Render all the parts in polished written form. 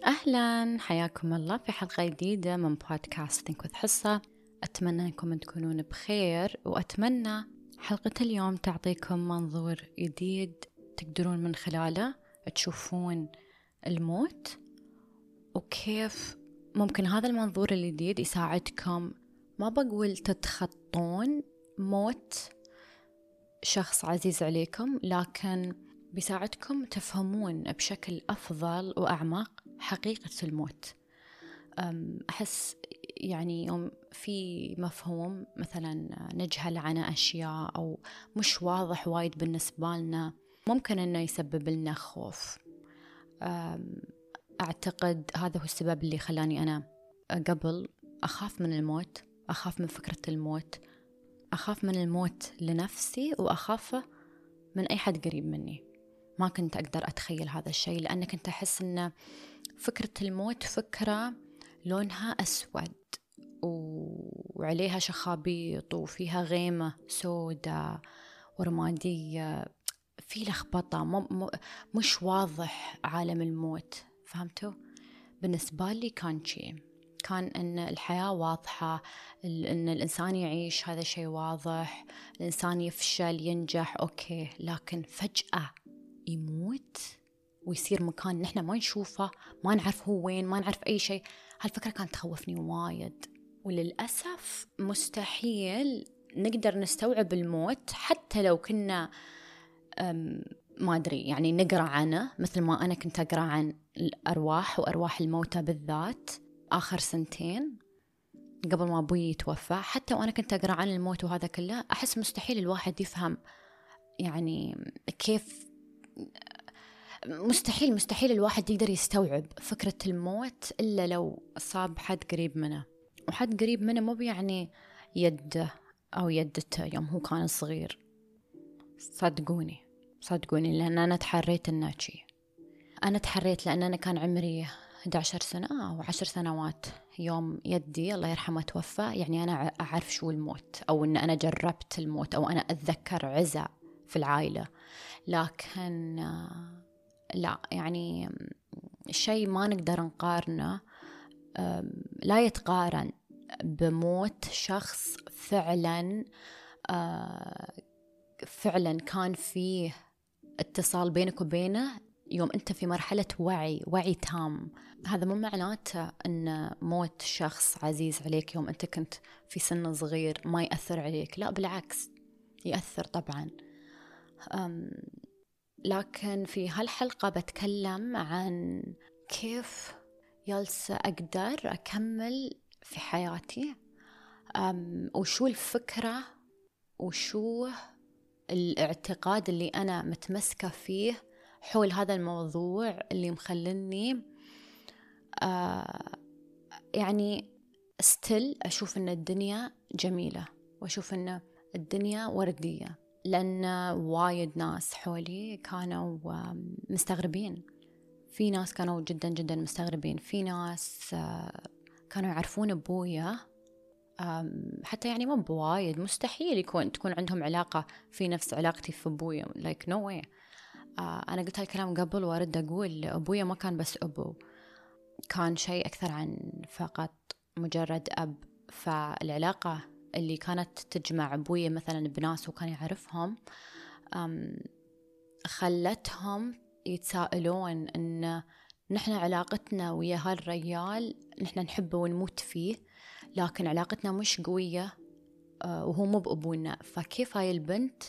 أهلا، حياكم الله في حلقة جديدة من بودكاست Think with حصة. أتمنى أنكم تكونون بخير، وأتمنى حلقة اليوم تعطيكم منظور جديد تقدرون من خلاله تشوفون الموت، وكيف ممكن هذا المنظور الجديد يساعدكم. ما بقول تتخطون موت شخص عزيز عليكم، لكن بيساعدكم تفهمون بشكل أفضل وأعمق حقيقة الموت. أحس يعني يوم في مفهوم مثلا نجهل عنه أشياء أو مش واضح وايد بالنسبة لنا، ممكن أنه يسبب لنا خوف. أعتقد هذا هو السبب اللي خلاني أنا قبل أخاف من الموت، أخاف من فكرة الموت، أخاف من الموت لنفسي وأخافه من أي حد قريب مني. ما كنت أقدر أتخيل هذا الشيء، لأن كنت أحس أن فكرة الموت فكرة لونها أسود وعليها شخابيط وفيها غيمة سوداء ورمادية، في لخبطة، مش واضح عالم الموت. فهمتوا؟ بالنسبة لي كان أن الحياة واضحة، أن الإنسان يعيش هذا شيء واضح، الإنسان يفشل ينجح أوكي، لكن فجأة يموت ويصير مكان نحن ما نشوفه، ما نعرف هو وين، ما نعرف أي شيء. هالفكرة كانت تخوفني وايد، وللأسف مستحيل نقدر نستوعب الموت حتى لو كنا ما أدري يعني نقرأ عنه، مثل ما أنا كنت أقرأ عن الأرواح وأرواح الموتى بالذات آخر سنتين قبل ما أبوي يتوفى. حتى وأنا كنت أقرأ عن الموت وهذا كله، أحس مستحيل الواحد يفهم يعني كيف، مستحيل الواحد يقدر يستوعب فكرة الموت إلا لو صاب حد قريب منه. وحد قريب منه مو يعني يده أو يدته يوم هو كان صغير. صدقوني لأن أنا تحريت الناشي. أنا تحريت لأن أنا كان عمري 11 سنة أو 10 سنوات يوم يدي الله يرحمه توفى. يعني أنا أعرف شو الموت، أو أن أنا جربت الموت، أو أنا أتذكر عزاء في العائلة. لكن لا، يعني شيء ما نقدر نقارنه، لا يتقارن بموت شخص فعلا كان فيه اتصال بينك وبينه يوم أنت في مرحلة وعي تام. هذا مو معناته أن موت شخص عزيز عليك يوم أنت كنت في سن صغير ما يأثر عليك، لا بالعكس يأثر طبعا. لكن في هالحلقة بتكلم عن كيف جالسة أقدر أكمل في حياتي، وشو الفكرة وشو الاعتقاد اللي أنا متمسكة فيه حول هذا الموضوع اللي مخلني يعني ستيل أشوف أن الدنيا جميلة، وأشوف أن الدنيا وردية. لأن وايد ناس حولي كانوا مستغربين، في ناس كانوا جدا جدا مستغربين، في ناس كانوا يعرفون أبويا حتى يعني مو بوايد، مستحيل تكون عندهم علاقة في نفس علاقتي في أبويا، like no way. أنا قلت هالكلام قبل وأرد أقول أبويا ما كان بس أبو، كان شيء أكثر عن فقط مجرد أب. فالعلاقة اللي كانت تجمع أبويا مثلا بناس وكان يعرفهم خلتهم يتساءلون إن نحن علاقتنا ويا هالرجال نحن نحبه ونموت فيه، لكن علاقتنا مش قوية وهو مو بأبونا. فكيف هاي البنت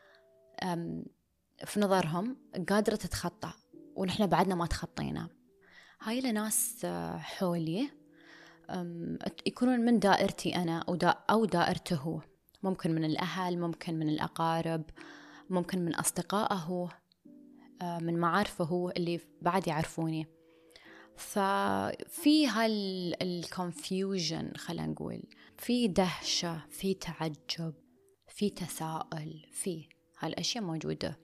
في نظرهم قادرة تتخطى ونحن بعدنا ما تخطينا؟ هاي لناس حولي يكونون من دائرتي أنا أو دائرته هو، ممكن من الأهل، ممكن من الأقارب، ممكن من أصدقائه، من معارفه اللي بعد يعرفوني. ففي هالconfusion، خلينا نقول في دهشة، في تعجب، في تساؤل، في هالأشياء موجودة.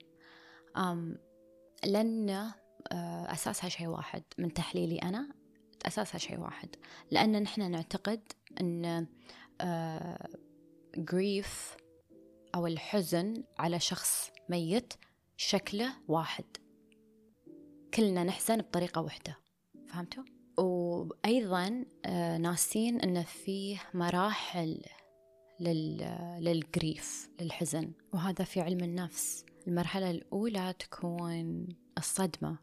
لأن أساسها شيء واحد، من تحليلي أنا أساسها شيء واحد، لأن نحن نعتقد أن grief أو الحزن على شخص ميت شكله واحد، كلنا نحزن بطريقة واحدة. فهمتوا؟ وأيضا ناسين أن فيه مراحل للجريف، للحزن، وهذا في علم النفس. المرحلة الأولى تكون الصدمة.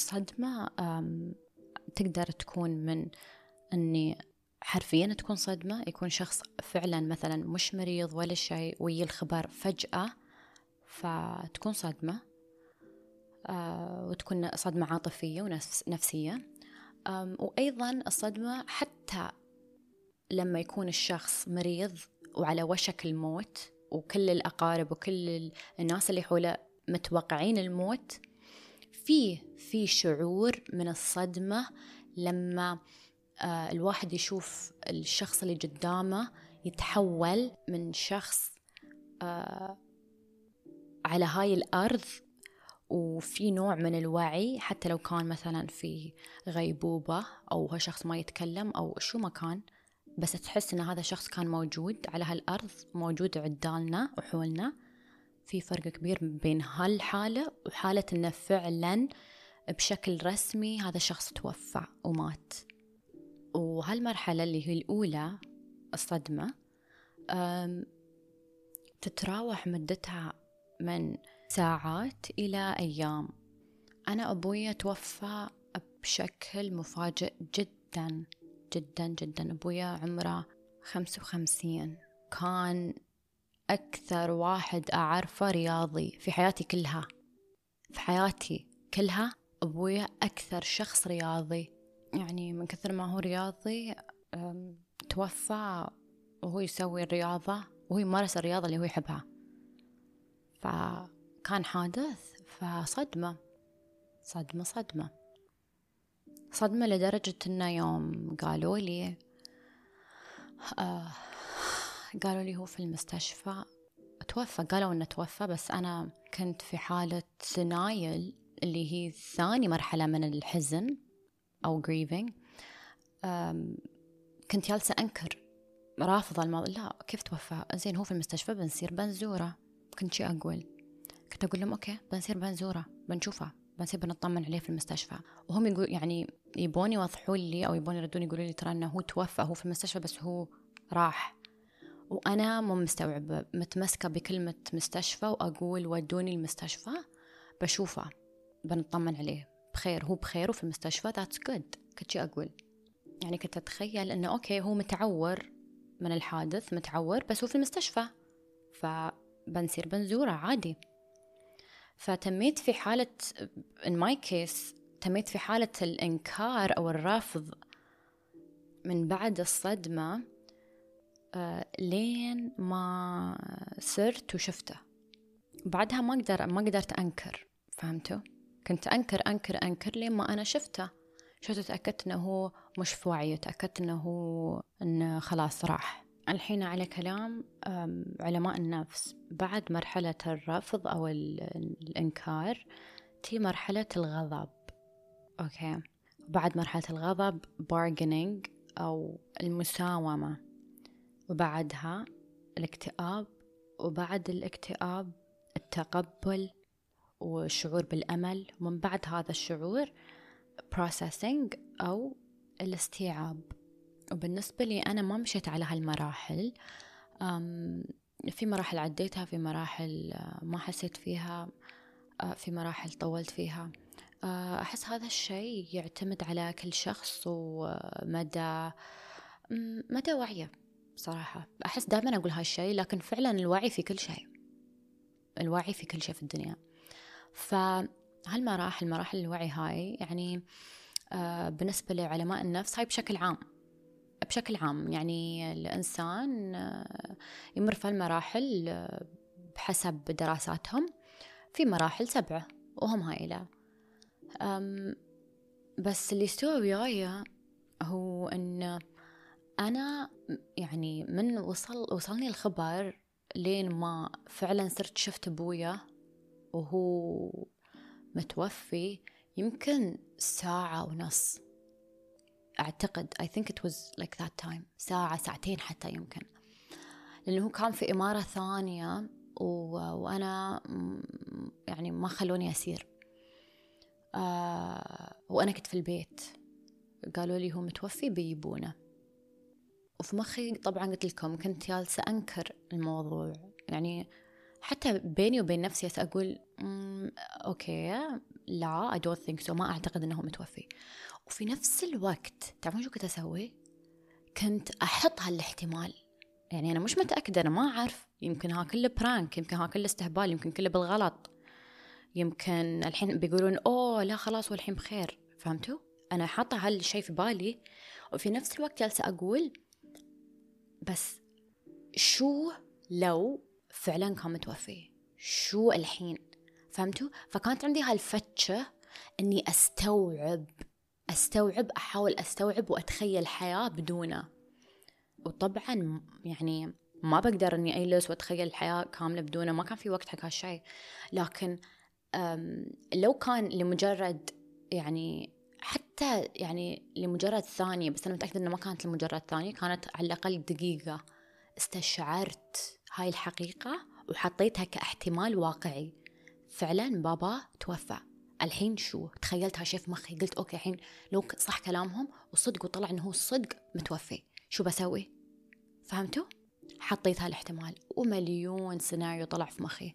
تقدر تكون من أني حرفيا تكون صدمة، يكون شخص فعلا مثلا مش مريض ولا شيء ويجي الخبر فجأة، فتكون صدمة، وتكون صدمة عاطفية ونفسية. وأيضا الصدمة حتى لما يكون الشخص مريض وعلى وشك الموت، وكل الأقارب وكل الناس اللي حوله متوقعين الموت، في شعور من الصدمة لما الواحد يشوف الشخص اللي قدامه يتحول من شخص على هاي الأرض وفي نوع من الوعي، حتى لو كان مثلا في غيبوبة أو هو شخص ما يتكلم أو شو ما كان، بس تحس إن هذا شخص كان موجود على هالأرض، موجود عدالنا وحولنا. في فرق كبير بين هالحالة وحالة إنه فعلا بشكل رسمي هذا الشخص توفى ومات. وهالمرحلة اللي هي الأولى، الصدمة، تتراوح مدتها من ساعات إلى أيام. أنا أبويا توفى بشكل مفاجئ جدا جدا جدا. أبويا عمره 55، كان أكثر واحد أعرفه رياضي في حياتي كلها. في حياتي كلها أبويا أكثر شخص رياضي، يعني من كثر ما هو رياضي توفى وهو يسوي الرياضة، وهو يمارس الرياضة اللي هو يحبها. فكان حادث، فصدمة صدمة صدمة صدمة لدرجة إنه يوم قالوا لي هو في المستشفى توفى. قالوا إنه توفى، بس أنا كنت في حالة denial اللي هي ثاني مرحلة من الحزن أو grieving. كنت جالسة أنكر، رافضة الموضوع. لا، كيف توفى؟ زين هو في المستشفى، بنزوره. كنت شي أقول، كنت أقول لهم أوكي بنزوره، بنشوفه، بنطمن عليه في المستشفى. وهم يقول يعني يبوني يوضحوا لي أو يبوني يردوني يقولوا لي ترى أنه هو توفى، هو في المستشفى بس هو راح. وأنا مو مستوعبة، متمسكة بكلمة مستشفى، وأقول ودوني المستشفى بشوفه، بنطمن عليه بخير، هو بخير وفي المستشفى، that's good. كنت شي أقول، يعني كنت أتخيل أنه أوكي هو متعور من الحادث، متعور بس هو في المستشفى، فبنصير بنزوره عادي. فتميت في حالة in my case تميت في حالة الإنكار أو الرفض من بعد الصدمة، لين ما صرت وشفته. بعدها ما قدرت أنكر، فهمتوا؟ كنت أنكر لين ما أنا شفته تأكدت أنه هو مش في وعي، تأكدت أنه خلاص راح. الحين على كلام علماء النفس، بعد مرحلة الرفض أو الإنكار تي مرحلة الغضب. أوكي، بعد مرحلة الغضب bargaining أو المساومة، وبعدها الاكتئاب، وبعد الاكتئاب التقبل والشعور بالأمل، ومن بعد هذا الشعور processing أو الاستيعاب. وبالنسبة لي أنا ما مشيت على هالمراحل، في مراحل عديتها، في مراحل ما حسيت فيها، في مراحل طولت فيها. أحس هذا الشيء يعتمد على كل شخص ومدى وعيه. بصراحة أحس دائما أقول هالشيء، لكن فعلا الوعي في كل شيء، الوعي في كل شيء في الدنيا. فهالمراحل، مراحل الوعي هاي يعني بالنسبة لعلماء النفس هاي بشكل عام يعني الإنسان يمر في المراحل بحسب دراساتهم، في مراحل 7 وهم هائلة. بس اللي استوى وياي هو أن أنا يعني من وصلني الخبر لين ما فعلا صرت شفت أبويا وهو متوفي، يمكن 1.5 ساعة أعتقد. I think it was like that time، 1 ساعة 2 ساعة حتى يمكن، لأنه كان في إمارة ثانية وأنا يعني ما خلوني أسير، وأنا كنت في البيت. قالوا لي هو متوفي بيجيبونه. وفي مخي طبعا قلت لكم كنت جالسة أنكر الموضوع، يعني حتى بيني وبين نفسي أقول أوكي لا I don't think so، ما أعتقد أنه متوفي. وفي نفس الوقت تعرفون شو كنت أسوي؟ كنت أحط هالاحتمال، يعني أنا مش متأكدة، أنا ما أعرف، يمكن ها كله برانك، يمكن ها كله استهبال، يمكن كله بالغلط، يمكن الحين بيقولون أوه لا خلاص والحين بخير. فهمتوا؟ أنا حاطة هالشي في بالي، وفي نفس الوقت جالسة أقول بس شو لو فعلا كان متوفي، شو الحين؟ فهمتوا؟ فكانت عندي هالفتشة أني أستوعب أحاول أستوعب وأتخيل حياة بدونه. وطبعا يعني ما بقدر أني أجلس وأتخيل الحياة كاملة بدونه، ما كان في وقت حق هالشي. لكن لو كان لمجرد يعني حتى يعني لمجرد ثانية، بس أنا متأكدة أنه ما كانت لمجرد ثانية، كانت على الأقل دقيقة، استشعرت هاي الحقيقة وحطيتها كاحتمال واقعي. فعلا بابا توفى، الحين شو؟ تخيلت هالشي في مخي، قلت أوكي الحين لو صح كلامهم وصدق وطلع أنه هو صدق متوفي، شو بسوي؟ فهمتوا؟ حطيت هالاحتمال ومليون سيناريو طلع في مخي.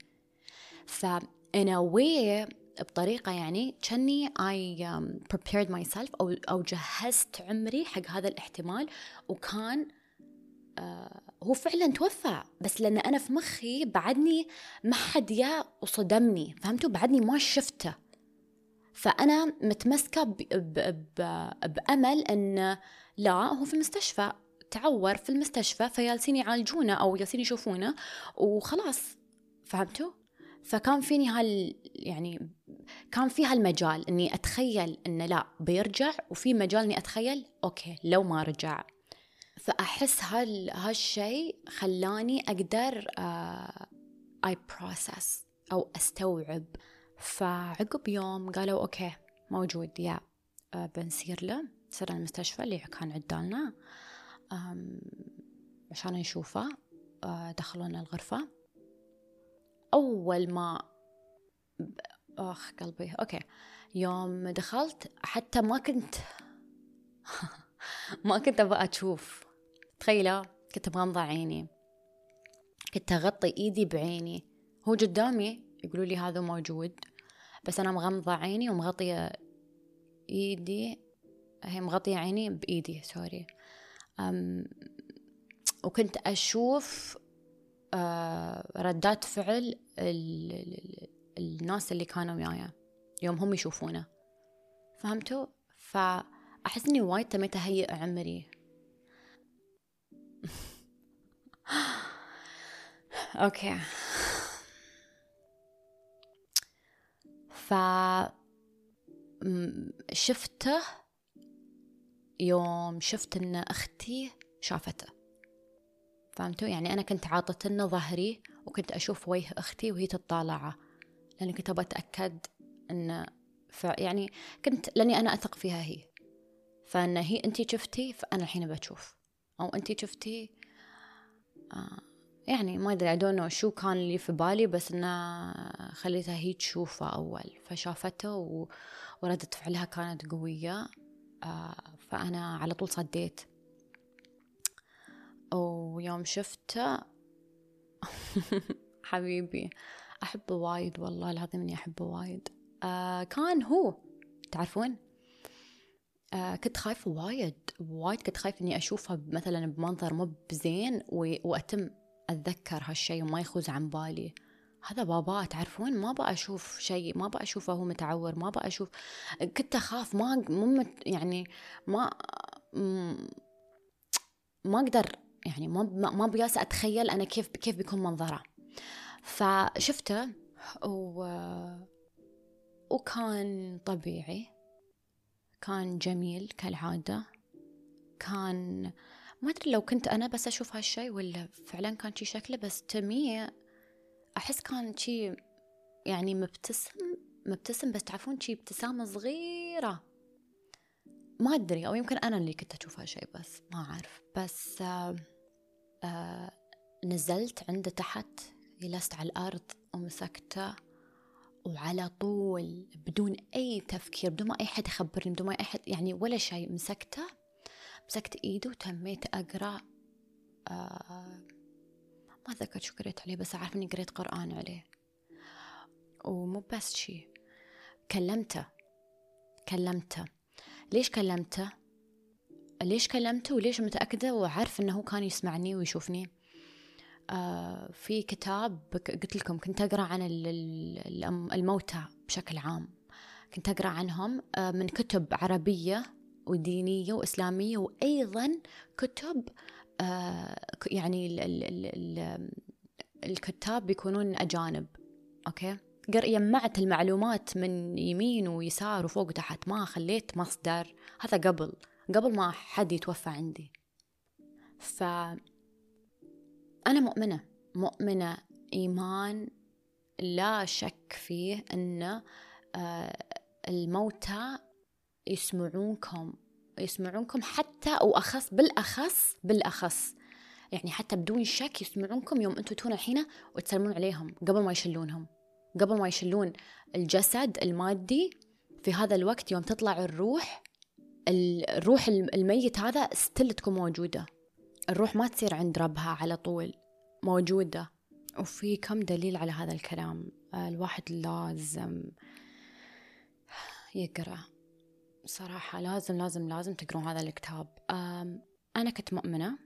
فأنا بطريقة يعني كأني I prepared myself أو جهزت عمري حق هذا الاحتمال. وكان هو فعلا توفى، بس لأن أنا في مخي بعدني ما حد يا وصدمني، فهمتوا؟ بعدني ما شفته، فأنا متمسكة بأمل أن لا هو في المستشفى، تعور في المستشفى، فيالسين يعالجونه أو يالسين يشوفونه وخلاص. فهمتوا؟ فكان فيني يعني كان في هالمجال أني أتخيل أن لا بيرجع، وفي مجال أني أتخيل أوكي لو ما رجع. فأحس هالشي خلاني أقدر I process أو أستوعب. فعقب يوم قالوا أوكي موجود، يا بنسير له، صرنا المستشفى اللي كان عدالنا عشان نشوفه. دخلونا الغرفة. أول ما قلبي أوكي، يوم دخلت حتى ما كنت أبغى أشوف. تخيلوا كنت مغمضة عيني، كنت أغطي إيدي بعيني، هو قدامي يقولوا لي هذا موجود، بس أنا مغمضة عيني ومغطية إيدي، هي مغطية عيني بإيدي سوري. وكنت أشوف ردات فعل الناس اللي كانوا وياي يوم هم يشوفونه. فهمتوا؟ فأحس إني وايد تميت أهيئ عمري. أوكي. شفته يوم شفت إن أختي شافته. فهمتوا؟ يعني أنا كنت عاطت لنا ظهري وكنت أشوف وجه أختي وهي تطالعه، لأني كنت بتأكد إن يعني كنت لأني أنا أثق فيها هي، فإن هي أنتي شفتي فأنا الحين بشوف، أو أنتي شفتي يعني ما أدري I don't know شو كان لي في بالي، بس إنه خليتها هي تشوفه أول. فشافته وردة فعلها كانت قوية. فأنا على طول صديت. ويوم شفته حبيبي أحبه وايد، والله العظيم إني أحبه وايد. كان هو تعرفون كنت خايفة وايد كنت خايفة إني أشوفه مثلا بمنظر مو بزين وأتم أتذكر هالشي وما يخوز عن بالي. هذا بابا تعرفون ما بقى أشوف شيء، ما بقى أشوفه هو متعور، ما بقى أشوف. كنت أخاف يعني ما أقدر يعني ما بياس أتخيل أنا كيف بيكون منظره. فشفته وكان طبيعي، كان جميل كالعادة. كان ما أدري لو كنت أنا بس أشوف هالشي ولا فعلا كان شي شكله، بس تمية أحس كان شي يعني مبتسم بس تعرفون شي ابتسامة صغيرة، ما أدري، أو يمكن أنا اللي كنت أشوف هالشي بس ما أعرف. بس نزلت عنده تحت، جلست على الأرض ومسكته وعلى طول بدون أي تفكير، بدون ما أي حد يخبرني، بدون ما أي حد يعني ولا شيء، مسكت إيده وتميت أقرأ. ما أتذكر شو قريت عليه، بس أعرف إني قريت قرآن عليه. ومو بس شيء، كلمته. ليش كلمته وليش متأكدة وعارف إنه هو كان يسمعني ويشوفني؟ في كتاب قلت لكم كنت أقرأ عن الموتى بشكل عام، كنت أقرأ عنهم من كتب عربية ودينية وإسلامية، وأيضا كتب يعني الكتاب بيكونون أجانب. أوكي، جمعت المعلومات من يمين ويسار وفوق وتحت، ما خليت مصدر. هذا قبل ما حد يتوفى عندي. فأنا مؤمنة إيمان لا شك فيه أن الموتى يسمعونكم حتى، أو بالأخص يعني حتى بدون شك يسمعونكم يوم أنتوا تكونوا الحين وتسلمون عليهم قبل ما يشلون الجسد المادي. في هذا الوقت يوم تطلع الروح الميت هذا ستيل تكون موجودة، الروح ما تصير عند ربها على طول، موجودة. وفي كم دليل على هذا الكلام. الواحد لازم يقرأ صراحة، لازم تقرون هذا الكتاب. أنا كنت مؤمنة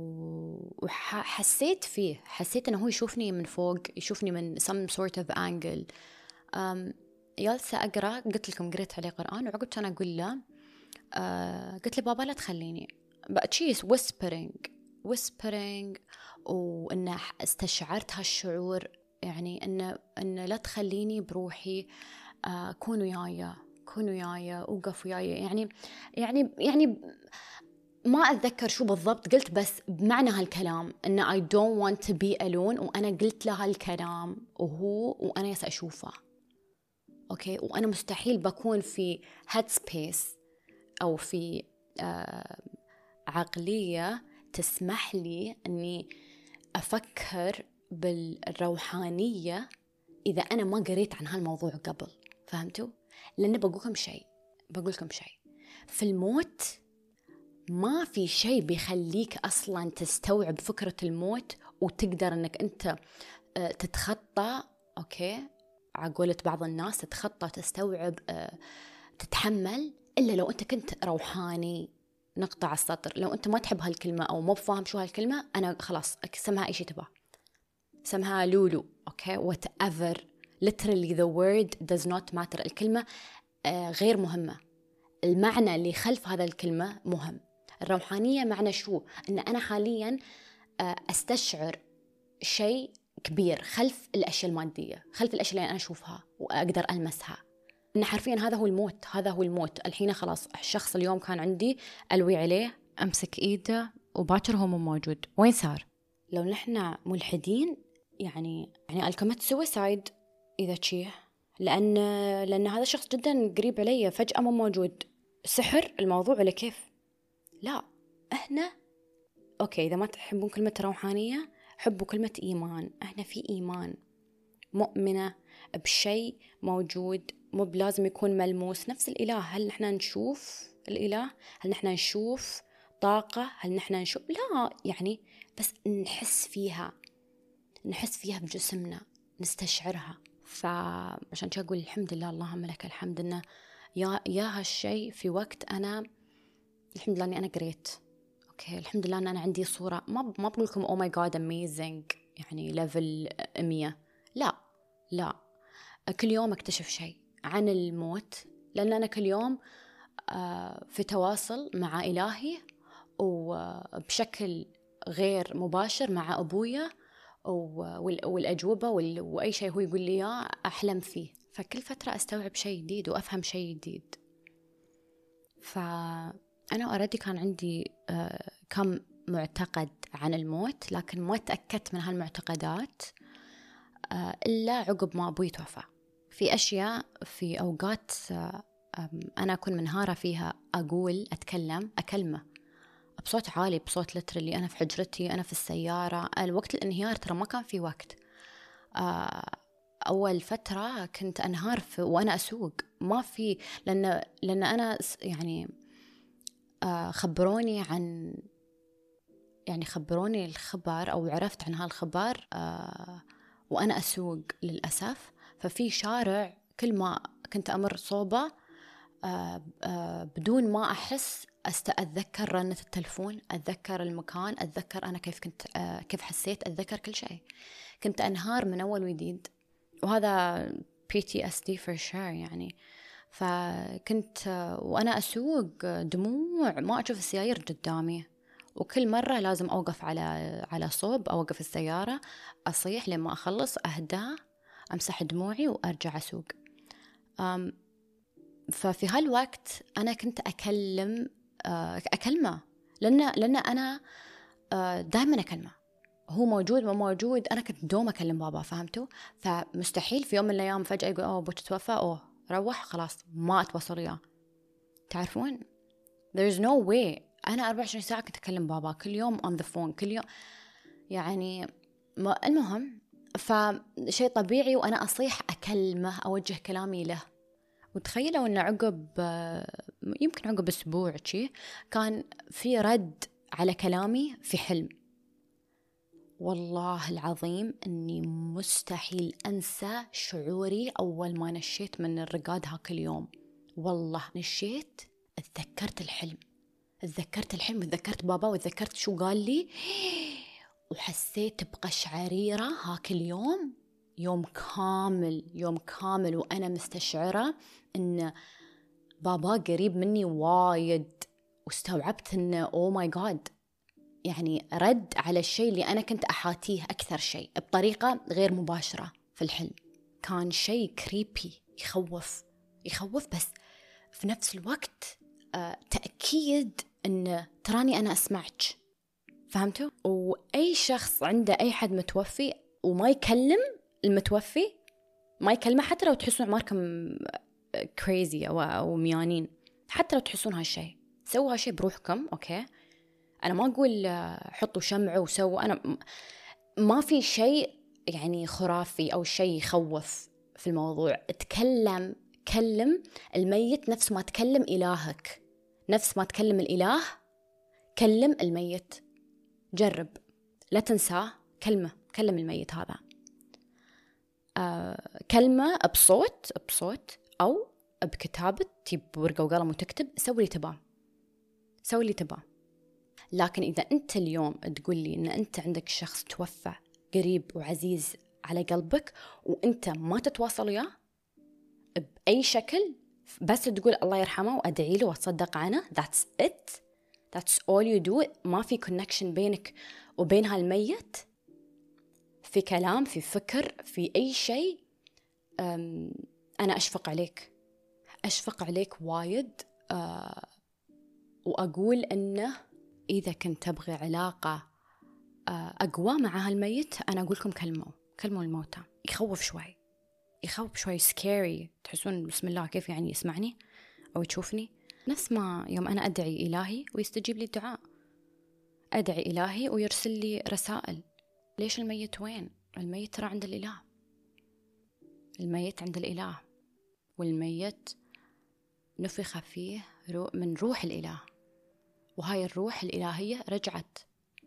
وحسيت فيه، حسيت أنه هو يشوفني من فوق، يشوفني من some sort of angle. جالسة أقرأ، قلت لكم قريت عليه قرآن، وعقب كان أقول له قلت له بابا لا تخليني، but she is whispering وإنه استشعرت هالشعور، يعني إنه لا تخليني بروحي، كونوا يايا وقفوا يايا، يعني ما أتذكر شو بالضبط قلت، بس بمعنى هالكلام إن I don't want to be alone. وأنا قلت له هالكلام وأنا أشوفه. أوكي، وأنا مستحيل بكون في headspace أو في عقلية تسمح لي أني أفكر بالروحانية إذا أنا ما قريت عن هالموضوع قبل. فهمتوا؟ لأن بقول لكم شيء في الموت، ما في شيء بيخليك أصلا تستوعب فكرة الموت وتقدر أنك أنت تتخطى. أوكي، عقولة بعض الناس تتخطى، تستوعب، تتحمل، إلا لو أنت كنت روحاني. نقطع السطر. لو أنت ما تحب هالكلمة أو ما بفهم شو هالكلمة، أنا خلاص سمها أي شيء تبغى، سمها لولو. أوكي، whatever, literally the word does not matter. الكلمة غير مهمة، المعنى اللي خلف هذا الكلمة مهم. الروحانية معنى شو؟ أن أنا حاليا أستشعر شيء كبير خلف الأشياء المادية، خلف الأشياء اللي أنا أشوفها وأقدر ألمسها. إن حرفيا هذا هو الموت. الحين خلاص الشخص اليوم كان عندي ألوي عليه، أمسك إيده، وباكر هو مو موجود. وين صار؟ لو نحن ملحدين يعني الكمت سويسايد إذا تشيه، لأن هذا شخص جدا قريب علي فجأة مو موجود. سحر الموضوع ولا كيف؟ لا، إحنا أوكي، إذا ما تحبون كلمة روحانية حبوا كلمة إيمان. إحنا في إيمان، مؤمنة بشيء موجود، مو بلازم يكون ملموس. نفس الإله، هل نحن نشوف الإله؟ هل نحن نشوف طاقة؟ هل نحن نشوف؟ لا، يعني بس نحس فيها بجسمنا، نستشعرها. فعشان كذا أقول الحمد لله، اللهم لك الحمد، إنه يا هالشيء في وقت أنا الحمد لله إني أنا قريت. أوكي، الحمد لله إن أنا عندي صورة، ما بقول لكم oh my god amazing يعني level 100، لا، كل يوم أكتشف شيء عن الموت، لأن أنا كل يوم في تواصل مع إلهي، وبشكل غير مباشر مع أبويا، والأجوبة وأي شيء هو يقول لي إياه أحلم فيه. فكل فترة أستوعب شيء جديد وأفهم شيء جديد. فأنا أردي كان عندي كم معتقد عن الموت، لكن ما تأكدت من هالمعتقدات إلا عقب ما أبوي توفى. في أشياء في أوقات أنا أكون منهارة فيها، أتكلم أكلمه بصوت عالي، بصوت لترلي، أنا في حجرتي، أنا في السيارة. الوقت الانهيار ترى ما كان في وقت. أول فترة كنت أنهار وأنا أسوق، ما في، لأن أنا يعني خبروني الخبر أو عرفت عن هالخبر وأنا أسوق للأسف. ففي شارع كل ما كنت أمر صوبه بدون ما أحس أتذكر رنة التلفون، أتذكر المكان، أتذكر أنا كيف حسيت، أتذكر كل شيء. كنت أنهار من أول وجديد، وهذا PTSD for sure يعني. فكنت وأنا أسوق دموع، ما أشوف السيايير قدامي، وكل مرة لازم أوقف على صوب، أوقف السيارة، أصيح لما أخلص، أهدى، أمسح دموعي وأرجع أسوق. ففي هالوقت أنا كنت أكلمه، لأن أنا دائما أكلمه، هو موجود ما موجود، أنا كنت دوم أكلم بابا، فهمتوا؟ فمستحيل في يوم من الأيام فجأة يقول أبوك توفى، روح خلاص ما أتواصل وياه. تعرفون there is no way أنا 24 ساعة كنت أكلم بابا كل يوم on the phone كل يوم يعني. المهم فشيء طبيعي وأنا أصيح أكلمه، أوجه كلامي له. وتخيلوا أن يمكن عقب أسبوع كان في رد على كلامي في حلم. والله العظيم أني مستحيل أنسى شعوري أول ما نشيت من الرقاد هاك اليوم. والله نشيت، اتذكرت الحلم وتذكرت بابا وتذكرت شو قال لي، وحسيت بقشعريرة هاك اليوم. يوم كامل وأنا مستشعرة أن بابا قريب مني وايد، واستوعبت أن أوه ماي جاد، يعني رد على الشيء اللي أنا كنت أحاتيه أكثر شيء بطريقة غير مباشرة في الحلم. كان شيء كريبي، يخوف بس في نفس الوقت تأكيد أن تراني أنا أسمعك، فهمتوا؟ وأي شخص عنده أي حد متوفي وما يكلم المتوفي، ما يكلمه، حتى لو تحسون عماركم كريزي أو ميانين، حتى لو تحسون هالشيء، سووا هالشيء بروحكم. أوكي، أنا ما أقول حطوا شمع وسووا، أنا ما في شيء يعني خرافي أو شيء يخوف في الموضوع. كلم الميت نفس ما تكلم إلهك، نفس ما تكلم الإله كلم الميت. جرب لا تنساه، كلم الميت هذا، كلمة بصوت أو بكتابة، تجيب ورقة وقلم وتكتب، سوي اللي تباه. لكن إذا أنت اليوم تقول لي أن أنت عندك شخص توفى قريب وعزيز على قلبك وأنت ما تتواصل وياه بأي شكل، بس تقول الله يرحمه وأدعي له وأتصدق عنه، that's all you do، ما في connection بينك وبين هالميت في كلام، في فكر، في أي شيء، أنا أشفق عليك وايد. وأقول أنه إذا كنت تبغي علاقة أقوى مع هالميت، أنا أقول لكم كلموا الموتى. يخوف شوي scary، تحسون بسم الله كيف يعني يسمعني أو يشوفني. نفس ما يوم أنا أدعي إلهي ويستجيب لي الدعاء، أدعي إلهي ويرسل لي رسائل. ليش الميت وين؟ الميت ترى عند الإله، الميت عند الإله، والميت نفخ فيه من روح الإله، وهاي الروح الإلهية رجعت.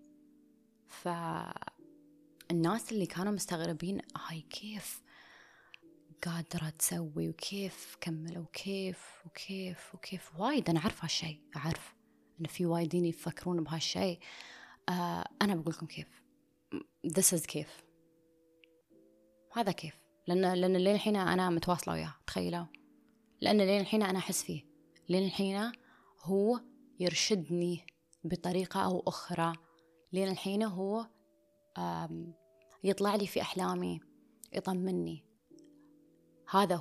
فالناس اللي كانوا مستغربين هاي كيف قادرة تسوي وكيف كملوا وكيف وايد، أنا أعرف هالشيء، أعرف أن في وايدين يفكرون بهالشيء. أنا بقول لكم كيف، this is كيف، هذا كيف، لأن لين الحين أنا متواصلة وياه، تخيلوا، لأن لين الحين أنا أحس فيه، لين الحين هو يرشدني بطريقة أو أخرى، لين الحين هو يطلع لي في أحلامي، يطمني. هذا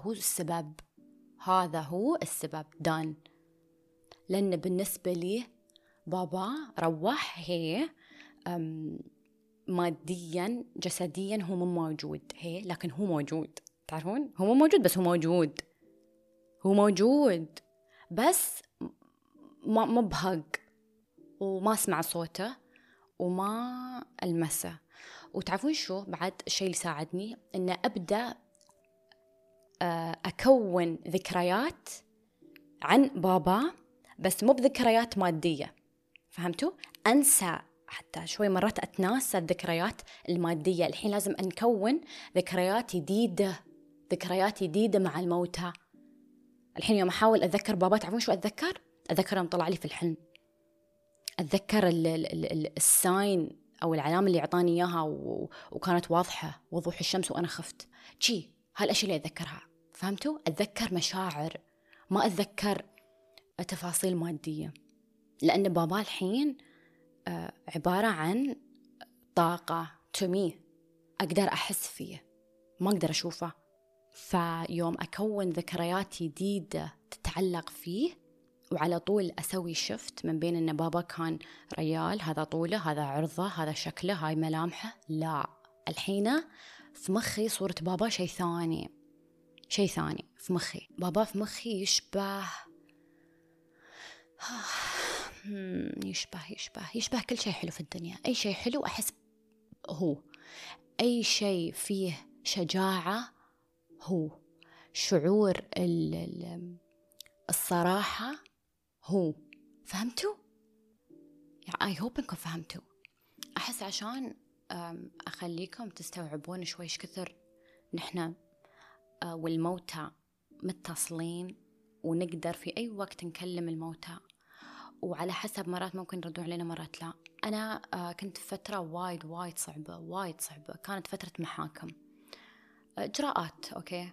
هو السبب دان. لأن بالنسبة لي بابا روح، هي ماديا جسديا هو مو موجود، هي لكن هو موجود. تعرفون هو مو موجود بس هو موجود بس ما بهق وما اسمع صوته وما ألمسه. وتعرفون شو بعد الشيء اللي ساعدني؟ إن أبدأ أكون ذكريات عن بابا، بس مو بذكريات مادية، فهمتوا؟ أنسى، حتى شوي مرات أتناسى الذكريات المادية. الحين لازم نكون ذكريات جديدة، ذكريات جديدة مع الموتى. الحين يوم أحاول أتذكر بابا، تعرفون شو أتذكر يوم طلع لي في الحلم، أتذكر الساين أو العلامة اللي أعطاني إياها وكانت واضحة وضوح الشمس وأنا خفت. هالأشياء اللي أتذكرها، فهمتوا؟ أتذكر مشاعر، ما أتذكر تفاصيل مادية، لأن بابا الحين عبارة عن طاقة تميه، أقدر أحس فيه، ما أقدر أشوفه. فيوم أكون ذكريات جديدة تتعلق فيه، وعلى طول أسوي شفت من بين إن بابا كان ريال، هذا طوله، هذا عرضه، هذا شكله، هاي ملامحه، لا، الحين في مخي صورة بابا شيء ثاني في مخي. بابا في مخي يشبه يشبه كل شيء حلو في الدنيا. أي شيء حلو أحس هو، أي شيء فيه شجاعة هو، شعور الصراحة هو. فهمتوا؟ I hope إنكم فهمتوا. أحس عشان أخليكم تستوعبون شوي إيش كثر نحن والموتى متصلين، ونقدر في أي وقت نكلم الموتى، وعلى حسب مرات ممكن يردون علينا، مرات لا. أنا كنت في فترة وايد صعبة، كانت فترة محاكم، إجراءات، أوكي.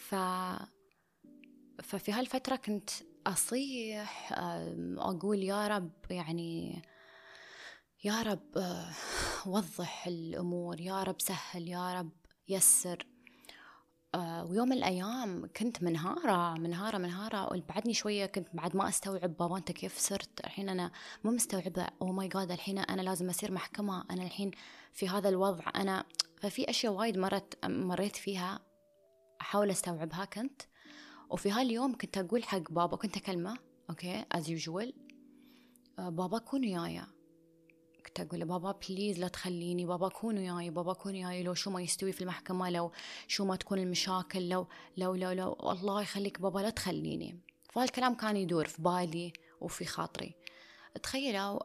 ففي هالفترة كنت أصيح، أقول يا رب، يعني يا رب وضح الأمور، يا رب سهل، يا رب يسر. ويوم من الأيام كنت منهارة، وبعدني شوية كنت بعد ما أستوعب بابا أنت كيف صرت. الحين أنا مو مستوعبة، أوه ماي جاد، الحين أنا لازم أصير محكمة، أنا الحين في هذا الوضع أنا. ففي أشياء وايد مريت فيها أحاول أستوعبها كنت. وفي هاليوم كنت أقول حق بابا، كنت أكلمه أوكي as usual، بابا كون وياي. كنت أقول بابا بليز لا تخليني، بابا كون وياي، لو شو ما يستوي في المحكمة، لو شو ما تكون المشاكل، لو الله يخليك بابا لا تخليني. فهالكلام كان يدور في بالي وفي خاطري. تخيلوا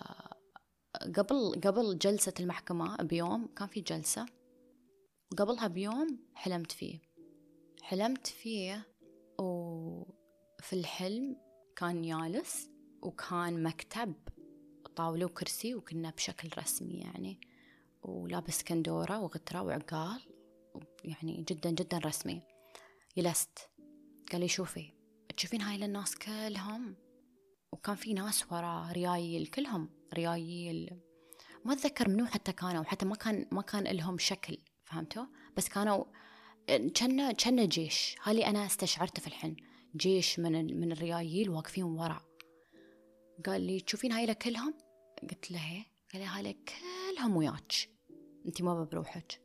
قبل جلسة المحكمة بيوم كان في جلسة، وقبلها بيوم حلمت فيه، وفي الحلم كان جالس، وكان مكتب، طاولة وكرسي، وكنا بشكل رسمي يعني، ولابس كندورة وغترة وعقال، يعني جدا جدا رسمي. جلست، قال لي شوفي، تشوفين هاي الناس كلهم؟ وكان في ناس ورا ريايل، كلهم ريايل، ما أتذكر منو حتى كانوا، حتى ما كان لهم شكل، فهمتوا؟ بس كانوا كنا جيش. هالي أنا استشعرت في الحلم، جيش من الريايل واقفين ورا. قال لي تشوفين هاي كلهم؟ قلت له هي. قال لي هاي كلهم وياك، انتي ما بروحك.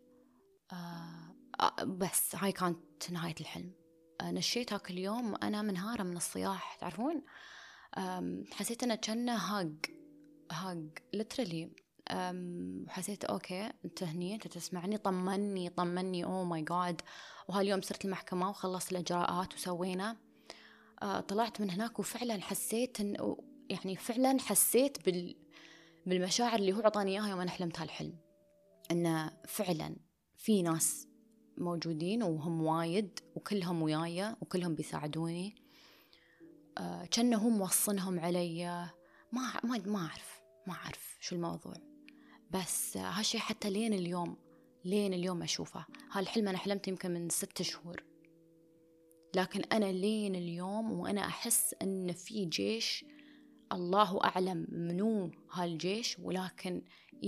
بس هاي كانت نهاية الحلم. نشيت هاك اليوم أنا منهارة من الصياح، تعرفون. حسيت أنه كأنه هاق literally. حسيت أوكي أنت هني، أنت تسمعني، طمني أوه ماي جاد. وهاليوم صرت المحكمة وخلصت الإجراءات وسوينا. طلعت من هناك وفعلا حسيت يعني فعلا حسيت بالمشاعر اللي هو عطاني إياها يوم أنا حلمت هالحلم، إنه فعلا في ناس موجودين وهم وايد، وكلهم وياي، وكلهم بيساعدوني. كأنه هم موصنهم علي. ما أعرف شو الموضوع، بس هالشي حتى لين اليوم أشوفه. هالحلم أنا حلمت يمكن من 6 شهور، لكن أنا لين اليوم وأنا أحس أن في جيش، الله أعلم منو هالجيش، ولكن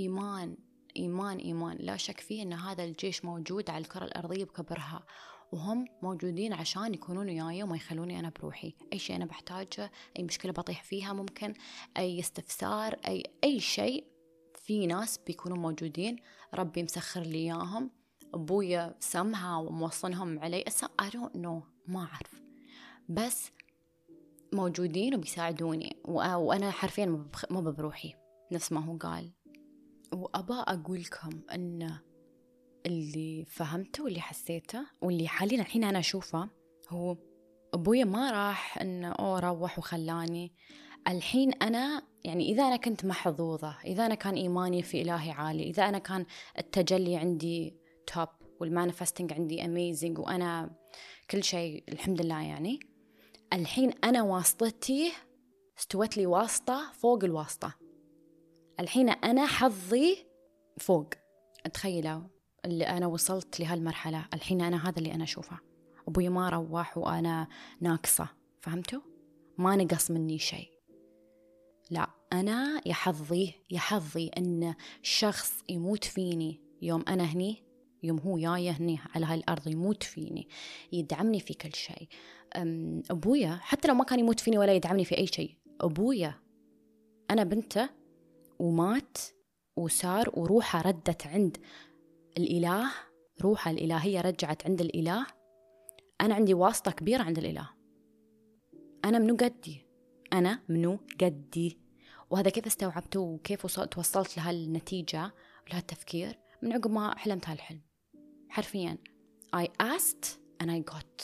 إيمان لا شك فيه أن هذا الجيش موجود على الكرة الأرضية بكبرها، وهم موجودين عشان يكونون وياي وما يخلوني أنا بروحي. أي شيء أنا بحتاجه، أي مشكلة بطيح فيها، ممكن أي استفسار، أي شيء، في ناس بيكونوا موجودين. ربي مسخر لي إياهم، أبويا سمها وموصنهم علي. I don't know، ما أعرف، بس موجودين وبيساعدوني، وأنا حرفيا ما بروحي نفس ما هو قال. وأبا أقولكم أن اللي فهمته واللي حسيته واللي حاليا الحين أنا أشوفه هو أبويا ما راح إنه روح وخلاني. الحين أنا يعني إذا أنا كنت محظوظة، إذا أنا كان إيماني في إلهي عالي، إذا أنا كان التجلي عندي توب والمانيفستنج عندي أميزنج وأنا كل شيء الحمد لله، يعني الحين أنا واسطتي استوت لي واسطة فوق الواسطة. الحين أنا حظي فوق. تخيلوا اللي أنا وصلت لهالمرحلة. الحين أنا هذا اللي أنا أشوفه. أبوي ما روح وأنا ناقصة، فهمتوا؟ ما نقص مني شيء. لا، أنا يا حظي أن شخص يموت فيني يوم أنا هني، يوم هو جاي هني على هاي الأرض يموت فيني، يدعمني في كل شيء. أبويا حتى لو ما كان يموت فيني ولا يدعمني في أي شيء، أبويا أنا بنته ومات وصار وروحه ردت عند الإله، روحه الإلهية رجعت عند الإله. أنا عندي واسطة كبيرة عند الإله. أنا منو قدي. وهذا كيف استوعبته وكيف توصلت لهالنتيجة ولهالتفكير؟ من عقب ما حلمت هالحلم حرفيا. I asked and I got.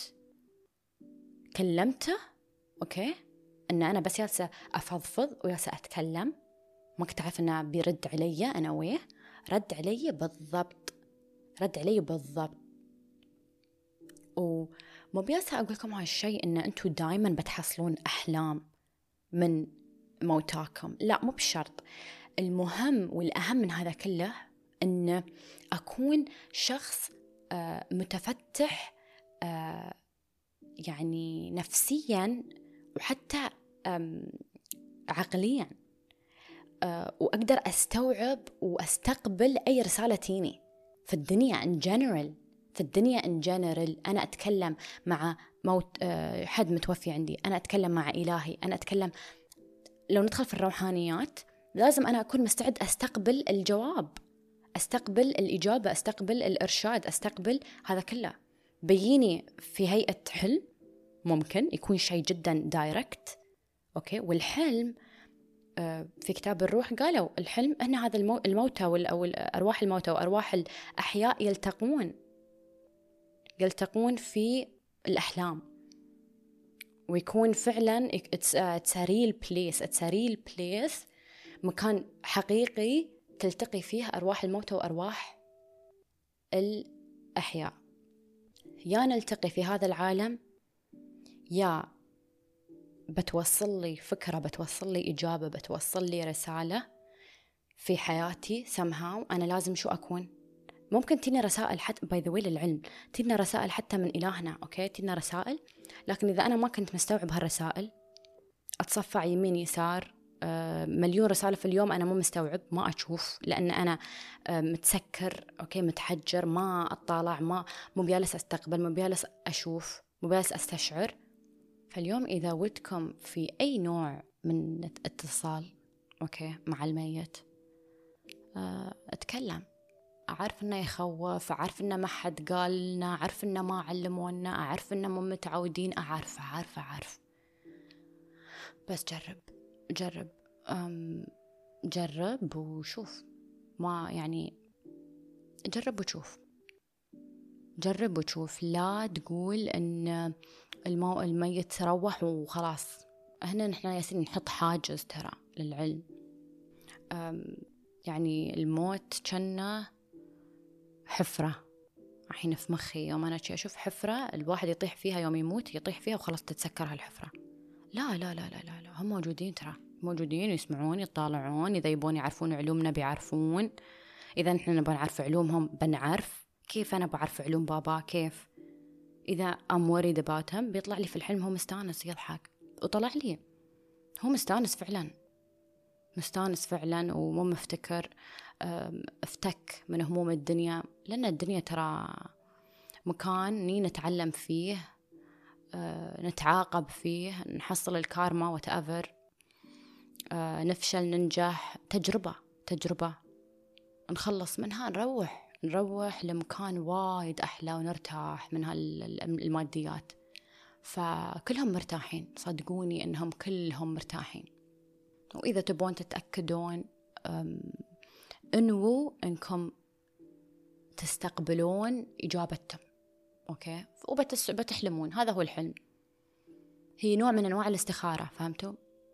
كلمته أوكي أن أنا بس جالسة أفضفض وجالسة أتكلم، ما كنت أعرف أنه بيرد علي. أنا ويه رد علي بالضبط. وما بياسة أقول لكم هالشيء إن أنتوا دائما بتحصلون أحلام من موتاكم، لا مو بشرط. المهم والأهم من هذا كله أن أكون شخص متفتح يعني نفسيا وحتى عقليا، وأقدر أستوعب وأستقبل أي رسالة تيني في الدنيا in general. أنا أتكلم مع حد متوفي عندي، أنا أتكلم مع إلهي، أنا أتكلم. لو ندخل في الروحانيات لازم أنا أكون مستعد أستقبل الجواب، أستقبل الإجابة، أستقبل الإرشاد، أستقبل هذا كله. بيني في هيئة حلم ممكن يكون شيء جدا دايركت أوكي. والحلم في كتاب الروح قالوا الحلم أن هذا الموتى أو أرواح الموتى وأرواح الأحياء يلتقون في الأحلام، ويكون فعلا it's a real place، مكان حقيقي تلتقي فيه أرواح الموتى وأرواح الأحياء. يا نلتقي في هذا العالم، يا بتوصل لي فكرة، بتوصل لي إجابة، بتوصل لي رسالة في حياتي somehow. أنا لازم شو أكون؟ ممكن تينا رسائل حتى by the way للعلم، تينا رسائل حتى من إلهنا أوكي، تينا رسائل. لكن إذا أنا ما كنت مستوعب هالرسائل، أتصفع يمين يسار، مليون رسالة في اليوم أنا مو مستوعب، ما أشوف، لأن أنا متسكر أوكي، متحجر، ما أطالع، مو بيالس أستقبل، مو بيالس أشوف، مو بيالس أستشعر. فاليوم إذا ودكم في أي نوع من اتصال أوكي مع الميت، أتكلم. أعرف إنه يخوف، أعرف إنه ما حد قال لنا، أعرف إنه ما علمونا، أعرف إنه مو متعودين، أعرف. بس جرب وشوف. ما يعني جرب وشوف. لا تقول إن الميت روح وخلاص. هنا نحن ياسين نحط حاجز ترى للعلم. يعني الموت كأنه حفرة الحين في مخي. يوم أنا أشوف حفرة الواحد يطيح فيها، يوم يموت يطيح فيها وخلاص تتسكر هالحفرة. لا لا لا لا لا, لا. هم موجودين ترى، موجودين يسمعون، يطالعون، إذا يبون يعرفون علومنا بيعرفون، إذا نحن نبغى نعرف علومهم بنعرف. كيف أنا بعرف علوم بابا؟ كيف إذا I'm worried about him بيطلع لي في الحلم هو مستانس يضحك، وطلع لي هو مستانس فعلا ومو مفتكر، افتك من هموم الدنيا. لأن الدنيا ترى مكان نتعلم فيه، نتعاقب فيه، نحصل الكارما whatever، نفشل ننجح، تجربة نخلص منها، نروح لمكان وايد أحلى ونرتاح من هالماديات. فكلهم مرتاحين، صدقوني إنهم كلهم مرتاحين. وإذا تبون تتأكدون انكم تستقبلون إجابتهم، أوكي، وبتحلمون. هذا هو الحلم. هي نوع من أنواع الاستخارة، فهمتوا؟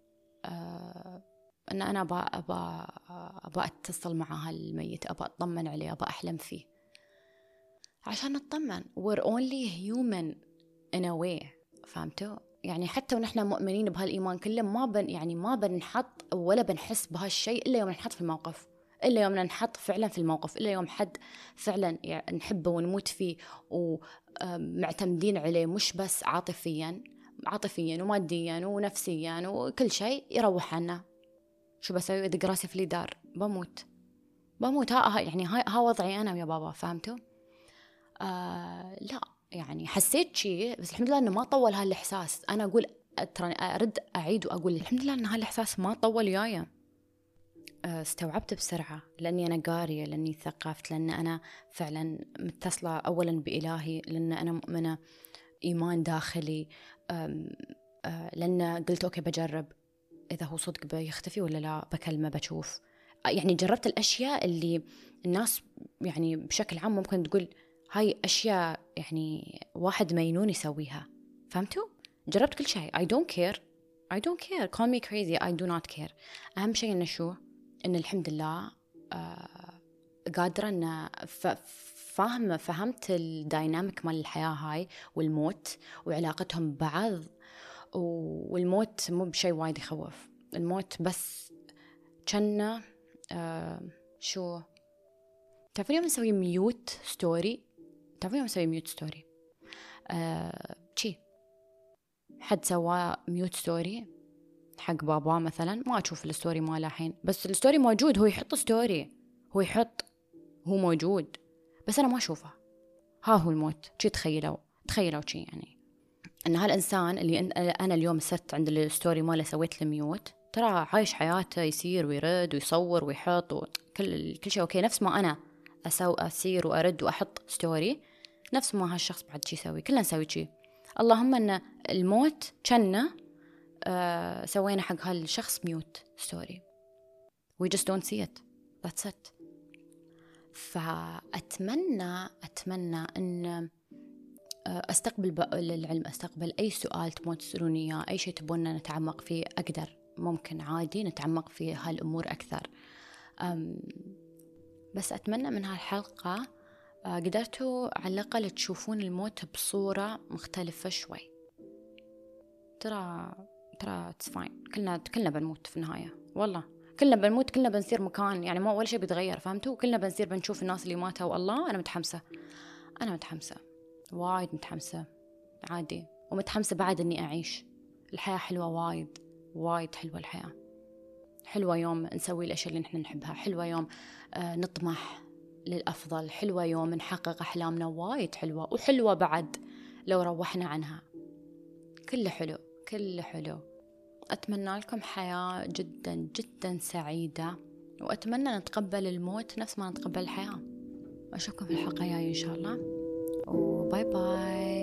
أن أنا أبا أتصل مع هالميت، أبا أطمن عليه، أبا أحلم فيه عشان نطمن. we're only human in a way، فهمتوا؟ يعني حتى ونحن مؤمنين بهالإيمان كله ما بنحط ولا بنحس بهالشيء إلا يوم نحط في الموقف، إلا يوم نحط فعلا في الموقف، إلا يوم حد فعلا يعني نحبه ونموت فيه ومعتمدين عليه، مش بس عاطفيا وماديا ونفسيا وكل شيء، يروح عنا. شو بسوي؟ إذا راسي في الدار بموت. يعني ها وضعي أنا يا بابا، فهمتوا؟ لا يعني حسيت شيء، بس الحمد لله إنه ما طول هالإحساس. أنا أقول أرد أعيد وأقول الحمد لله إن هالإحساس ما طول وياي. استوعبت بسرعة لأني أنا قارية، لأني ثقفت، لأن أنا فعلا متصلة أولا بإلهي، لأن أنا مؤمنة إيمان داخلي، لأن قلت أوكي بجرب إذا هو صدق بيختفي ولا لا، بكلمه بشوف. يعني جربت الأشياء اللي الناس يعني بشكل عام ممكن تقول هاي أشياء يعني واحد مينون يسويها، فهمتوا؟ جربت كل شيء. I don't care call me crazy, I do not care. أهم شيء إنه شو؟ إن الحمد لله قادرة إن فهمت الدايناميك مال الحياة هاي والموت وعلاقتهم ببعض. والموت مو بشيء وايد يخوف. الموت بس كنا شو تعرفين يوم نسوي ميوت ستوري؟ شي حد سوى ميوت ستوري حق بابا مثلا، ما أشوف الستوري ماله الحين، بس الستوري موجود، هو يحط ستوري، هو موجود، بس أنا ما أشوفه. ها هو الموت. شي تخيلوا شي يعني أن هالإنسان اللي أنا اليوم صرت عند الستوري ماله سويت له ميوت، ترى عايش حياته، يسير ويرد ويصور ويحط كل شيء أوكي، نفس ما أنا أسير وأرد وأحط ستوري، نفس ما هالشخص بعد شي يسوي، كلنا نسوي شي. اللهم أن الموت كنا سوينا حق هالشخص ميوت ستوري. we just don't see it, that's it. فأتمنى أن أستقبل العلم، أستقبل أي سؤال تبون تسألوني إياه، أي شيء تبون نتعمق فيه، أقدر ممكن عادي نتعمق في هالأمور أكثر. بس أتمنى من هالحلقة قدرتوا على الأقل تشوفون الموت بصورة مختلفة شوي. ترى it's fine، كلنا بنموت في النهاية، والله كلنا بنموت، كلنا بنصير مكان، يعني ما ولا شيء بيتغير، فهمتوا؟ كلنا بنصير بنشوف الناس اللي ماتوا. والله أنا متحمسة وايد، متحمسة عادي، ومتحمسة بعد إني أعيش. الحياة حلوة، وايد حلوة الحياة، حلوة يوم نسوي الأشياء اللي نحن نحبها، حلوة يوم نطمح للأفضل، حلوة يوم نحقق أحلامنا، وايد حلوة. وحلوة بعد لو روحنا عنها، كله حلو. أتمنى لكم حياة جدا جدا سعيدة، وأتمنى نتقبل الموت نفس ما نتقبل الحياة. أشوفكم في الحلقة الجاية إن شاء الله، وباي باي.